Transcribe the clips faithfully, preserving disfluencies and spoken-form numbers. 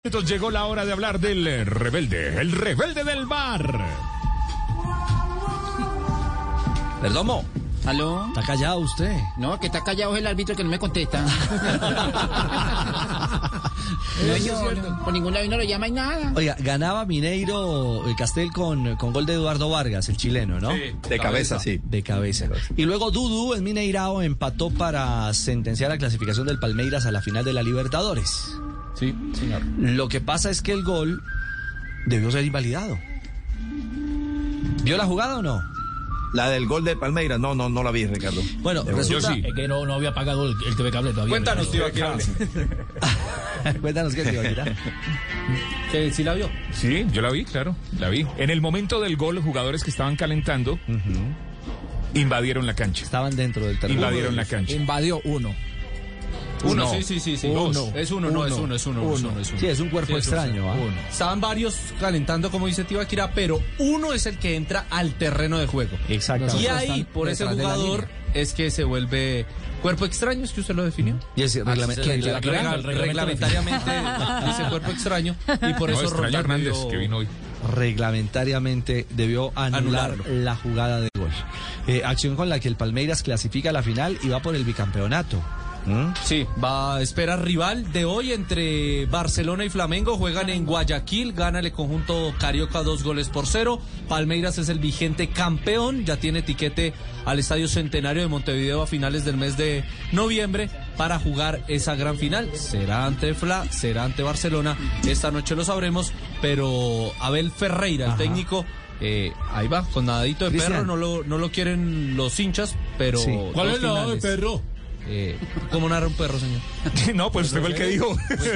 Entonces llegó la hora de hablar del eh, rebelde, el rebelde del bar. Perdomo, ¿Aló? ¿está callado usted? No, que está callado es el árbitro que no me contesta. No, yo, no, por ningún lado no lo llama y nada. Oiga, ganaba Mineiro eh, Castel con, con gol de Eduardo Vargas, el chileno, ¿no? Sí, de cabeza, sí. De cabeza. Y luego Dudu, el Mineirao, empató para sentenciar la clasificación del Palmeiras a la final de la Libertadores. Sí, señor. Lo que pasa es que el gol debió ser invalidado. ¿Vio la jugada o no? La del gol de Palmeiras, no, no, no la vi, Ricardo. Bueno, resulta... sí. Es que no, no había pagado el, el T V Cable todavía. Cuéntanos, tío, aquí. Cuéntanos qué te iba a quitar. ¿Que sí la vio? Sí, yo la vi, claro, la vi. En el momento del gol, los jugadores que estaban calentando invadieron la cancha. Estaban dentro del terreno. Invadieron la cancha. Invadió uno. Uno, No. sí, sí, sí, sí. Uno. Dos. Es uno, no, es uno, es uno, es uno, es uno. Sí, es un cuerpo Sí, es extraño, ¿ah? uno. Estaban varios calentando, como dice Tibaquira, pero uno es el que entra al terreno de juego. Exactamente. Y ahí, por ese detrás de la jugador, línea. es que se vuelve cuerpo extraño, ¿es que usted lo definió? Y es reglame- sí, ¿qué? sí, sí, ¿La- sí. Regal- el reglamento reglamentariamente dice cuerpo extraño y por No, eso extraño Roldán Hernández, debió- que vino hoy. reglamentariamente debió anular Anularlo. la jugada de gol. Eh, acción con la que el Palmeiras clasifica a la final y va por el bicampeonato. ¿Mm? Sí, va a esperar rival de hoy entre Barcelona y Flamengo. Juegan en Guayaquil, gana el conjunto carioca dos goles por cero. Palmeiras es el vigente campeón, ya tiene etiquete al Estadio Centenario de Montevideo a finales del mes de noviembre para jugar esa gran final. Será ante Fla, será ante Barcelona, esta noche lo sabremos, pero Abel Ferreira, el Ajá. técnico, eh, ahí va, con nadadito de Cristian. perro, no lo, no lo quieren los hinchas, pero... Sí. ¿Cuál dos es el lado del finales. perro? Eh, ¿Cómo narra un perro, señor? No, pues usted fue el que dijo.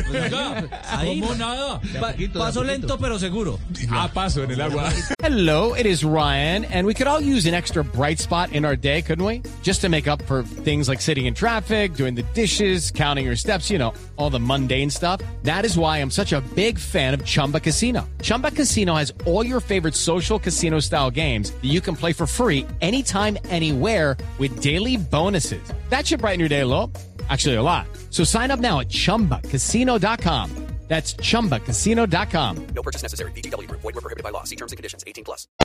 Ahí, ¿Cómo nada? pa- paso lento pero seguro. A paso en el agua. Hello, it is Ryan, and we could all use an extra bright spot in our day, couldn't we? Just to make up for things like sitting in traffic, doing the dishes, counting your steps, you know, all the mundane stuff. That is why I'm such a big fan of Chumba Casino. Chumba Casino has all your favorite social casino style games that you can play for free anytime, anywhere with daily bonuses. That should brighten your day a little. Actually, a lot. So sign up now at chumba casino dot com. That's chumba casino dot com. No purchase necessary. V G W Group. Void where prohibited by law. See terms and conditions. eighteen plus.